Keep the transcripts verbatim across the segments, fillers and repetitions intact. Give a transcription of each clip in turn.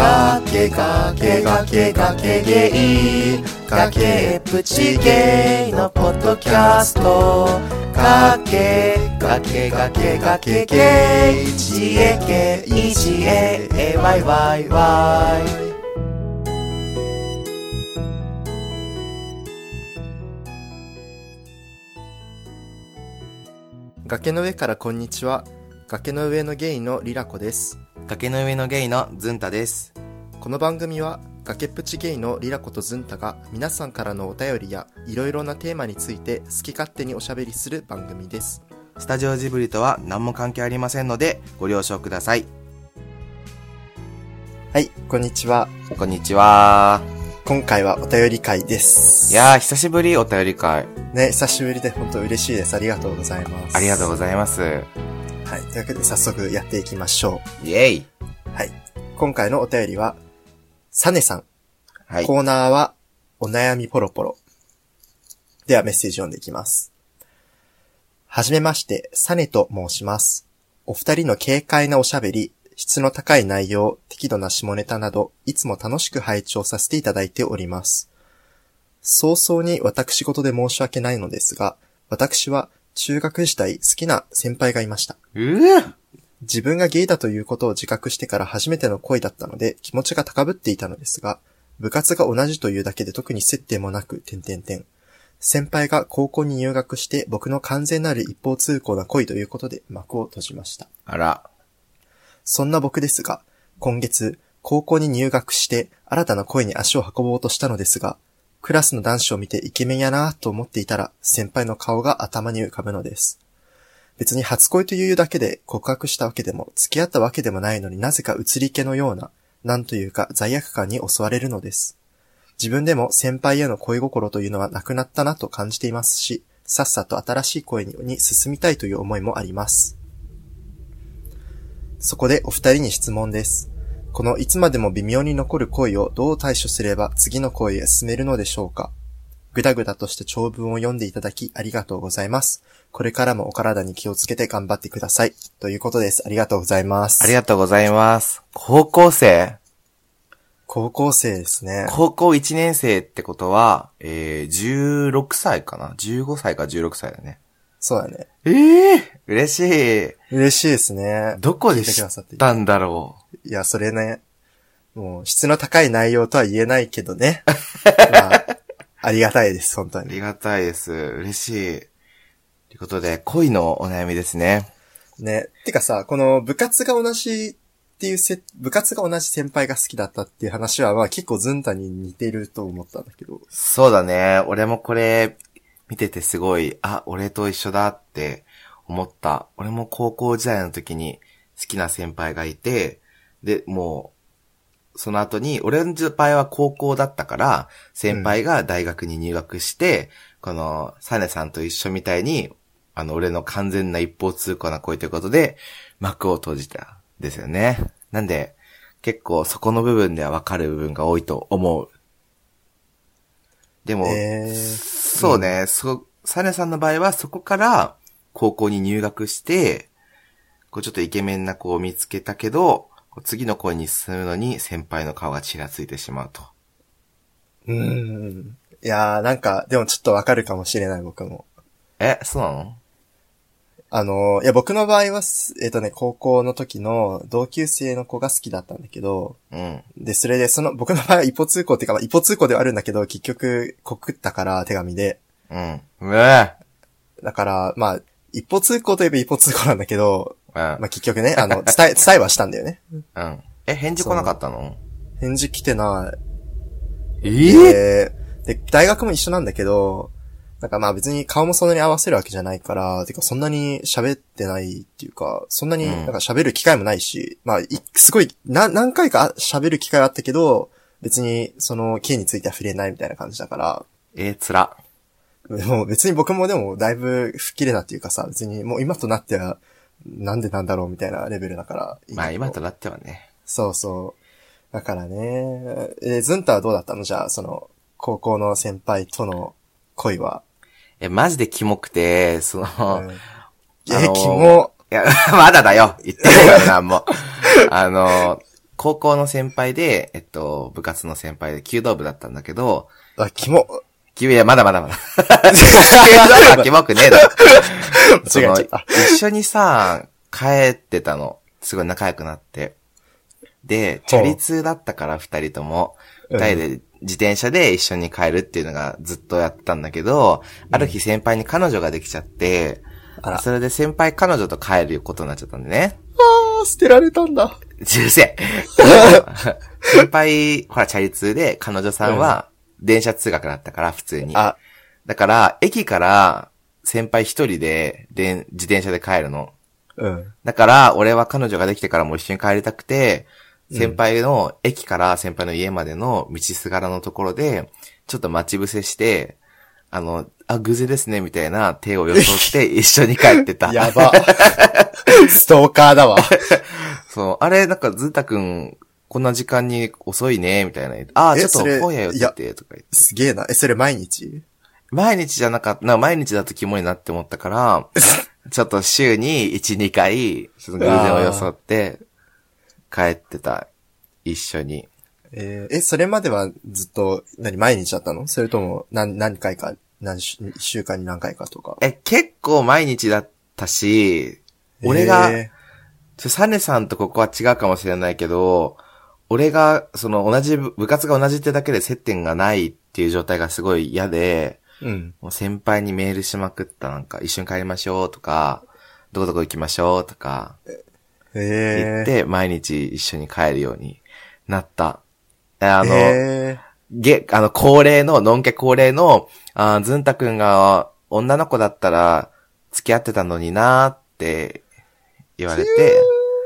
崖崖崖崖ゲイ崖っぷちゲイのポッドキャスト崖崖崖崖ゲイ ジェーケーイージーエーエーワイワイワイ。崖の上からこんにちは。崖の上のゲイのリラコです。 崖の上のゲイのズンタです。 この番組は崖っぷちゲイのリラコとズンタが皆さんからのお便りやいろいろなテーマについて好き勝手におしゃべりする番組です。 スタジオジブリとは何も関係ありませんのでご了承ください。 はい、こんにちは。 こんにちは。 今回はお便り会です。 いやー、久しぶりお便り会。 ね、久しぶりで本当嬉しいです。ありがとうございます。 ありがとうございます。 はい、というわけで早速やっていきましょう。イェイ。 はい、今回のお便りはサネさん。 はい。 コーナーはお悩みポロポロ。ではメッセージ読んでいきます。はじめまして、サネと申します。お二人の軽快なおしゃべり、質の高い内容、適度な下ネタなど、いつも楽しく拝聴させていただいております。早々に私事で申し訳ないのですが、私は中学時代好きな先輩がいました。 うぅ自分がゲイだということを自覚してから初めての恋だったので気持ちが高ぶっていたのですが、部活が同じというだけで特に接点もなく、点々点。先輩が高校に入学して僕の完全なる一方通行な恋ということで幕を閉じました。 あら。 そんな僕ですが、今月、高校に入学して新たな恋に足を運ぼうとしたのですが、クラスの男子を見てイケメンやなぁと思っていたら、先輩の顔が頭に浮かぶのです。別に初恋というだけで告白したわけでも、付き合ったわけでもないのになぜか移り気のような、なんというか罪悪感に襲われるのです。自分でも先輩への恋心というのはなくなったなと感じていますし、さっさと新しい恋に進みたいという思いもあります。そこでお二人に質問です。このいつまでも微妙に残る恋をどう対処すれば次の恋へ進めるのでしょうか。ぐだぐだとした長文を読んでいただきありがとうございます。これからもお体に気をつけて頑張ってください。ということです。ありがとうございます。 ありがとうございます。高校生高校生ですね。 高校いちねん生ってことは、えー、じゅうろくさいかな ?じゅうごさいかじゅうろくさいだね。 そうだね。 ええー、嬉しい。 嬉しいですね。 どこで知ったんだろう。いや、それね、もう質の高い内容とは言えないけどね。まあ、ありがたいです、本当に。 ありがたいです。嬉しい。ということで、恋のお悩みですね。 ね。てかさ、この部活が同じっていうせ、部活が同じ先輩が好きだったっていう話は、まあ結構ズンタに似てると思ったんだけど。 そうだね。俺もこれ、見ててすごい、あ、俺と一緒だって思った。俺も高校時代の時に好きな先輩がいて、で、もう、その後に、俺の場合は高校だったから、先輩が大学に入学して、うん、この、サネさんと一緒みたいに、あの、俺の完全な一方通行な恋ということで、幕を閉じたんですよね。なんで、結構そこの部分では分かる部分が多いと思う。でも、 えー、 そうね、うん、そ、サネさんの場合はそこから高校に入学して、こうちょっとイケメンな子を見つけたけど、次の恋に進むのに先輩の顔がちらついてしまうと。 うーん。いやーなんか、でもちょっとわかるかもしれない僕も。 え、そうなの？ あのー、いや僕の場合は、えっとね、高校の時の同級生の子が好きだったんだけど、 うん。 で、それでその、僕の場合は一方通行っていうか、まあ、一方通行ではあるんだけど、結局、告ったから手紙で。 うん。うわだから、まあ、一方通行といえば一方通行なんだけど、 うん、 まあ結局ね、あの、伝え、伝えはしたんだよね。 うん。え、返事来なかったの？ 返事来てない。 えー、 で、大学も一緒なんだけど、なんかまあ別に顔もそんなに合わせるわけじゃないから、てかそんなに喋ってないっていうか、そんなになんか喋る機会もないし、うん、まあ、すごい、な、何回か喋る機会はあったけど、別にその件については触れないみたいな感じだから。 えー、つら。 もう別に僕もでもだいぶ吹っ切れたっていうかさ、別にもう今となっては、なんでなんだろうみたいなレベルだからいい。 まあ今となってはね。 そうそう。だからね。え、ズンタはどうだったの？じゃあ、その、高校の先輩との恋は。 え、マジでキモくて、その、うん、 え、キモ。 いや、まだだよ。言ってないよ、なんも。あの、 高校の先輩で、えっと、部活の先輩で弓道部だったんだけど、 あ、キモ。 君はまだまだまだ。弓道部はキモくねえだろ。その間違えちゃった。 一緒にさ、帰ってたの。すごい仲良くなって。で、チャリ通だったから二人とも、二人で自転車で一緒に帰るっていうのがずっとやってたんだけど、うん、ある日先輩に彼女ができちゃって、あらそれで先輩彼女と帰ることになっちゃったんでね。 あー、捨てられたんだ。 うるせえ。先輩、ほら、チャリ通で彼女さんは電車通学だったから普通に。あだから、駅から先輩一人でで自転車で帰るの。うん。だから、俺は彼女ができてからも一緒に帰りたくて、先輩の駅から先輩の家までの道すがらのところで、ちょっと待ち伏せして、あの、あ、偶然ですね、みたいな手を装って一緒に帰ってた。 やば。ストーカーだわ。 そう、あれ、なんかずんたくん、こんな時間に遅いね、みたいな。ああ、ちょっと本屋寄ってて、とか言って。 すげえな。え、それ毎日毎日じゃなかった、な、毎日だとキモいなって思ったから、ちょっと週にいち、にかい、その偶然を装って、帰ってた。一緒に。 えー、え、それまではずっと、何、毎日だったの？それとも、何、何回か、何週、一週間に何回かとか。 え、結構毎日だったし、俺が、えー、ちょ、サネさんとここは違うかもしれないけど、俺が、その同じ部、部活が同じってだけで接点がないっていう状態がすごい嫌で、うん。もう先輩にメールしまくった、なんか、一緒に帰りましょうとか、どこどこ行きましょうとか、言って、毎日一緒に帰るようになった。あの、げ、あの、恒例の、のんけ恒例の、あずんたくんが女の子だったら付き合ってたのになーって言われて、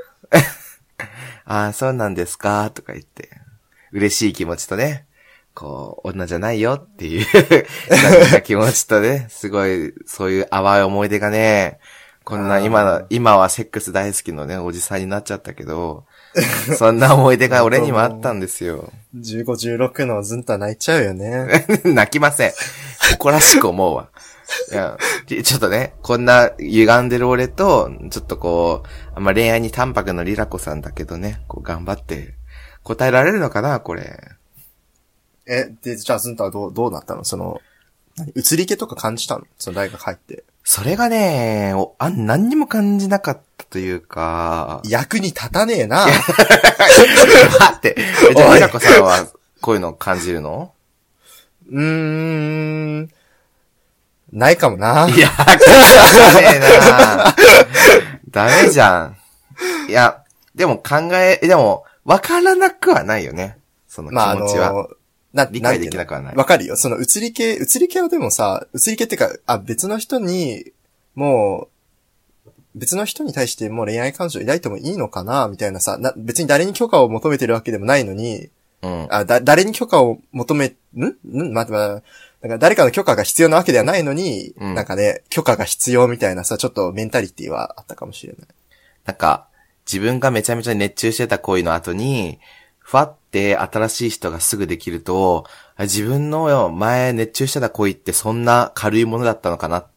ああ、そうなんですかとか言って、嬉しい気持ちとね、こう、女じゃないよっていう気持ちとね、すごい、そういう淡い思い出がね、こんな今、今はセックス大好きのね、おじさんになっちゃったけど、そんな思い出が俺にもあったんですよ。 じゅうご、じゅうろくのずんとは泣いちゃうよね。 泣きません。誇らしく思うわ。いや、ちょっとね、こんな歪んでる俺と、ちょっとこう、あんま恋愛に淡白のリラコさんだけどね、こう頑張って答えられるのかな、これ。 え、で、じゃあずんとはどう、どうなったの？その、何移り気とか感じたの？その大学入って。 それがね、あ、何にも感じなかったというか。 役に立たねえな。 待って。じゃあ、ミラコさんはこういうの感じるの？ うーん。ないかもな。 いや、ダメな。ダメじゃん。いや、でも考え、でも、わからなくはないよね。その気持ちは。まああのな、理解できなくはない。 わかるよ。その移り気、移り気はでもさ、移り気ってか、あ、別の人に、もう、別の人に対してもう恋愛感情抱いてもいいのかなみたいなさ、な、別に誰に許可を求めてるわけでもないのに、うん。あ、だ、誰に許可を求め、んん待って待って、なんか誰かの許可が必要なわけではないのに、うん、なんかね、許可が必要みたいなさ、ちょっとメンタリティはあったかもしれない。 なんか、自分がめちゃめちゃ熱中してた恋の後に、ふわって新しい人がすぐできると、自分の前熱中してた恋ってそんな軽いものだったのかなって、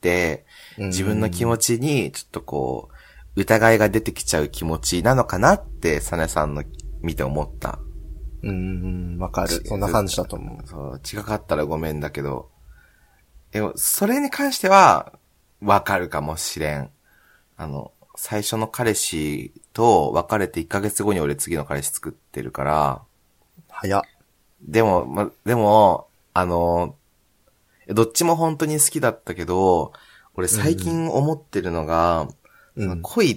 自分の気持ちにちょっとこう、疑いが出てきちゃう気持ちなのかなって、サネさんの見て思った。 うーん、わかる。そんな感じだと思う。 そう、違かったらごめんだけど。でも、それに関しては、わかるかもしれん。あの、最初の彼氏と別れていっかげつごに俺次の彼氏作ってるから。 早っ。 でも、ま、でも、あの、どっちも本当に好きだったけど、俺最近思ってるのが、うん、その恋って、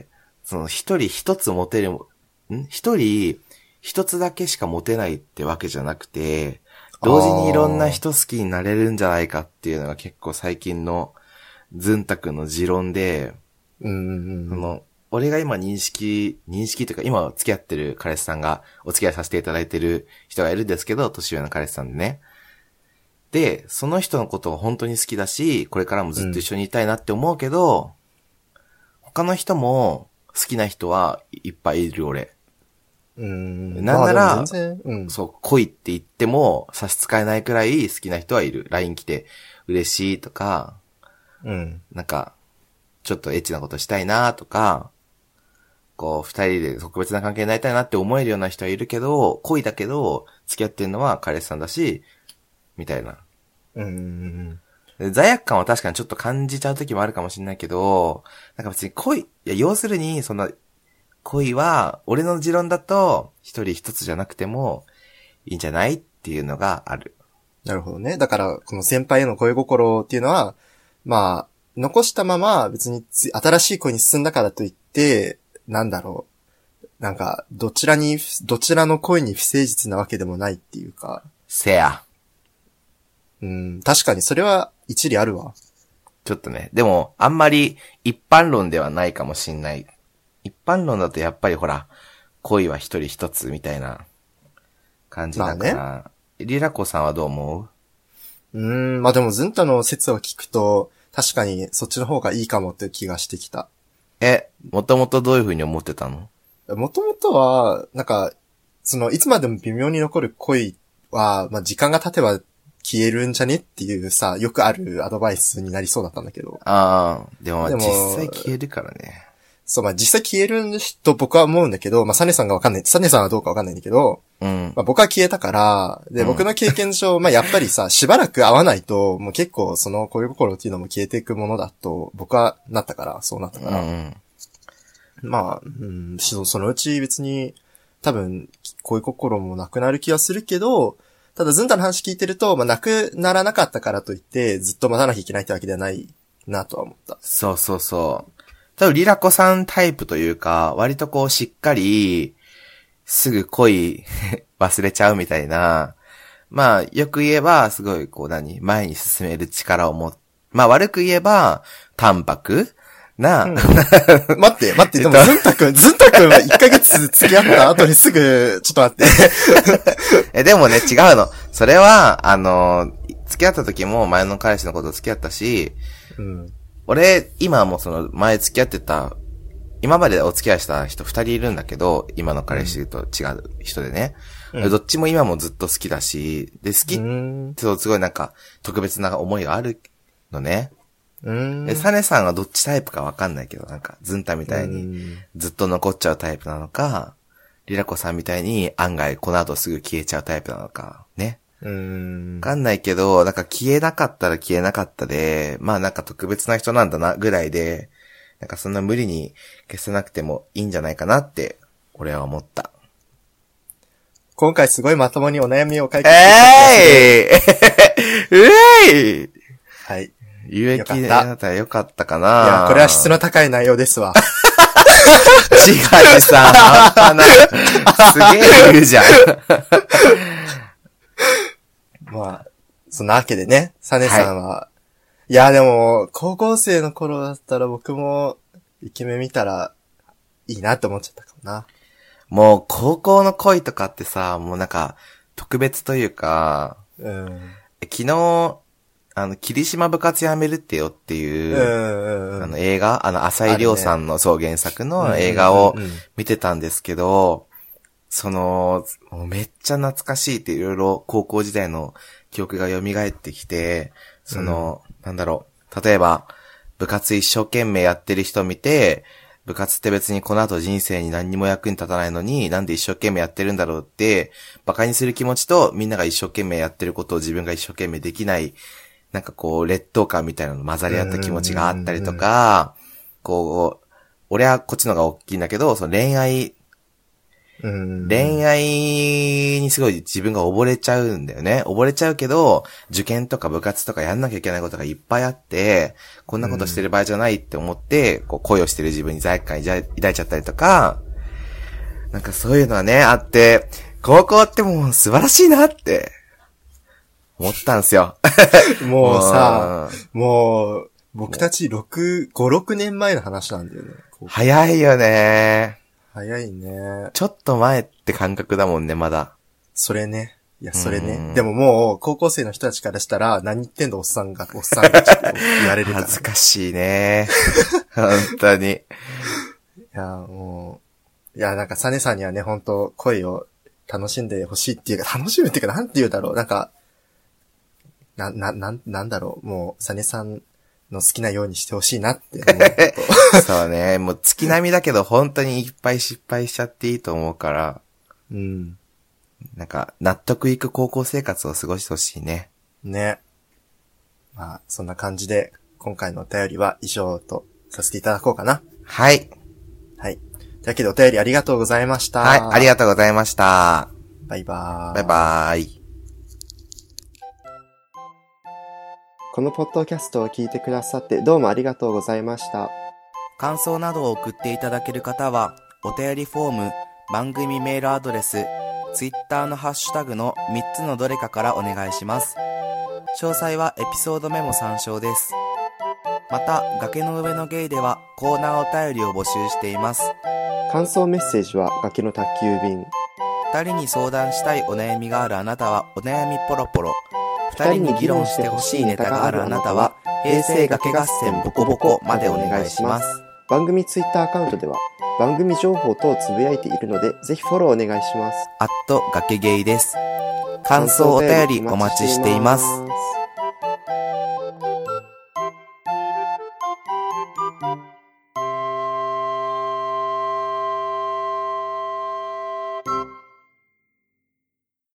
その一人一つ持てる、ん一人一つだけしか持てないってわけじゃなくて、同時にいろんな人好きになれるんじゃないかっていうのが結構最近のずんたくんの持論で、うんうんうん、その俺が今認識、認識というか今付き合ってる彼氏さんがお付き合いさせていただいてる人がいるんですけど、年上の彼氏さんでね。で、その人のことが本当に好きだし、これからもずっと一緒にいたいなって思うけど、うん、他の人も好きな人はいっぱいいる俺。うん、なんなら、うん、そう、恋って言っても差し支えないくらい好きな人はいる。ライン 来て嬉しいとか、うん、なんか、ちょっとエッチなことしたいなとか、 こう、二人で特別な関係になりたいなって思えるような人はいるけど、恋だけど、付き合ってるのは彼氏さんだし、みたいな。 うんうんうん。 罪悪感は確かにちょっと感じちゃう時もあるかもしれないけど、なんか別に恋、いや、要するに、そんな、恋は、俺の持論だと、一人一つじゃなくても、いいんじゃないっていうのがある。 なるほどね。だから、この先輩への恋心っていうのは、まあ、残したまま別に新しい恋に進んだからといって、なんだろう。なんか、どちらに、どちらの恋に不誠実なわけでもないっていうか。 せや。 うん、確かにそれは一理あるわ。 ちょっとね。でも、あんまり一般論ではないかもしんない。一般論だとやっぱりほら、恋は一人一つみたいな感じだから。まあね、リラコさんはどう思ううーん、まあでもズンタの説を聞くと、確かにそっちの方がいいかもっていう気がしてきた。 え、もともとどういう風に思ってたの？ もともとは、なんか、その、いつまでも微妙に残る恋は、まあ時間が経てば消えるんじゃねっていうさ、よくあるアドバイスになりそうだったんだけど。 ああ、でも実際消えるからね。 そう、まあ実際消えると僕は思うんだけど、まあサネさんがわかんない、サネさんはどうかわかんないんだけど、 うん。 まあ僕は消えたから、で、僕の経験上、うん、まあやっぱりさ、しばらく会わないと、もう結構その恋心っていうのも消えていくものだと、僕はなったから、そうなったから。うん、まあ、うん、そのうち別に、多分、恋心もなくなる気はするけど、ただズンタの話聞いてると、まあなくならなかったからといって、ずっと待たなきゃいけないってわけではないなとは思った。 そうそうそう。多分リラコさんタイプというか、割とこうしっかり、すぐ恋忘れちゃうみたいな。まあ、よく言えば、すごいこう何前に進める力を持っ、まあ悪く言えば、淡白な、うん、 待って、待って、でもズンタくん、ズンタくんはいっかげつ付き合った後にすぐ、ちょっと待って。 え、でもね、違うの。それは、あの、付き合った時も前の彼氏のこと付き合ったし、うん、俺、今もその前付き合ってた、今までお付き合いした人二人いるんだけど、今の彼氏と違う人でね。うん、どっちも今もずっと好きだし、で、好きってすごいなんか特別な思いがあるのね。うんで、サネさんはどっちタイプかわかんないけど、なんか、ズンタみたいにずっと残っちゃうタイプなのか、リラコさんみたいに案外この後すぐ消えちゃうタイプなのか、ね。うーんわかんないけど、なんか消えなかったら消えなかったで、まあなんか特別な人なんだなぐらいで、なんかそんな無理に消せなくてもいいんじゃないかなって、俺は思った。 今回すごいまともにお悩みを解決してくれた。えーいえいはい。 有益だったらよかったかな。 いや、これは質の高い内容ですわ。 自画自賛半端ない。すげえ言うじゃん。 まあ、そんなわけでね、サネさんは、はい、いや、でも、高校生の頃だったら僕も、イケメン見たら、いいなって思っちゃったかもな。 もう、高校の恋とかってさ、もうなんか、特別というか、うん、昨日、あの、霧島部活やめるってよっていう、うんうん、あの映画、あの、浅井亮さんの、ね、そう原作の映画を見てたんですけど、その、もうめっちゃ懐かしいっていろいろ高校時代の記憶が蘇ってきて、その、うん、なんだろう、例えば、部活一生懸命やってる人見て、部活って別にこの後人生に何にも役に立たないのに、なんで一生懸命やってるんだろうって、馬鹿にする気持ちと、みんなが一生懸命やってることを自分が一生懸命できない、なんかこう、劣等感みたいなの混ざり合った気持ちがあったりとか、こう、俺はこっちのが大きいんだけど、その恋愛、恋愛にすごい自分が溺れちゃうんだよね。溺れちゃうけど、受験とか部活とかやんなきゃいけないことがいっぱいあって、こんなことしてる場合じゃないって思って、こう恋をしてる自分に罪悪感抱いちゃったりとか、なんかそういうのはね、あって、高校ってもう素晴らしいなって、思ったんすよ。 もうさ、もう、僕たちろく、ご、ろくねんまえの話なんだよね。 早いよね。 早いね。 ちょっと前って感覚だもんね、まだ。 それね。いや、それね。でももう、高校生の人たちからしたら、何言ってんだおっさんが、おっさんがちょっと言われるから。 恥ずかしいね。本当に。いや、もう、いや、なんかサネさんにはね、本当恋を楽しんでほしいっていうか、楽しむっていうか、なんて言うだろう。なんか、な、な、なん、なんだろう。もう、サネさんの好きなようにしてほしいなって思うそうね。もう月並みだけど本当にいっぱい失敗しちゃっていいと思うから。 うん。 なんか、納得いく高校生活を過ごしてほしいね。 ね。まあ、そんな感じで、今回のお便りは以上とさせていただこうかな。 はい。 はい。というわけでお便りありがとうございました。 はい、ありがとうございました。 バイバーイ。 バイバーイ。 このポッドキャストを聞いてくださってどうもありがとうございました。 感想などを送っていただける方は、お便りフォーム、番組メールアドレス、ツイッターのハッシュタグのみっつのどれかからお願いします。詳細はエピソードメモ参照です。また、崖の上のゲイではコーナーお便りを募集しています。 感想メッセージは崖の宅急便。 二人に相談したいお悩みがあるあなたはお悩みポロポロ。二人に議論してほしいネタがあるあなたは平成崖合戦ボコボコまでお願いします。 番組ツイッターアカウントでは番組情報等をつぶやいているのでぜひフォローお願いします。 アット崖ゲイです。感想お便りお待ちしています。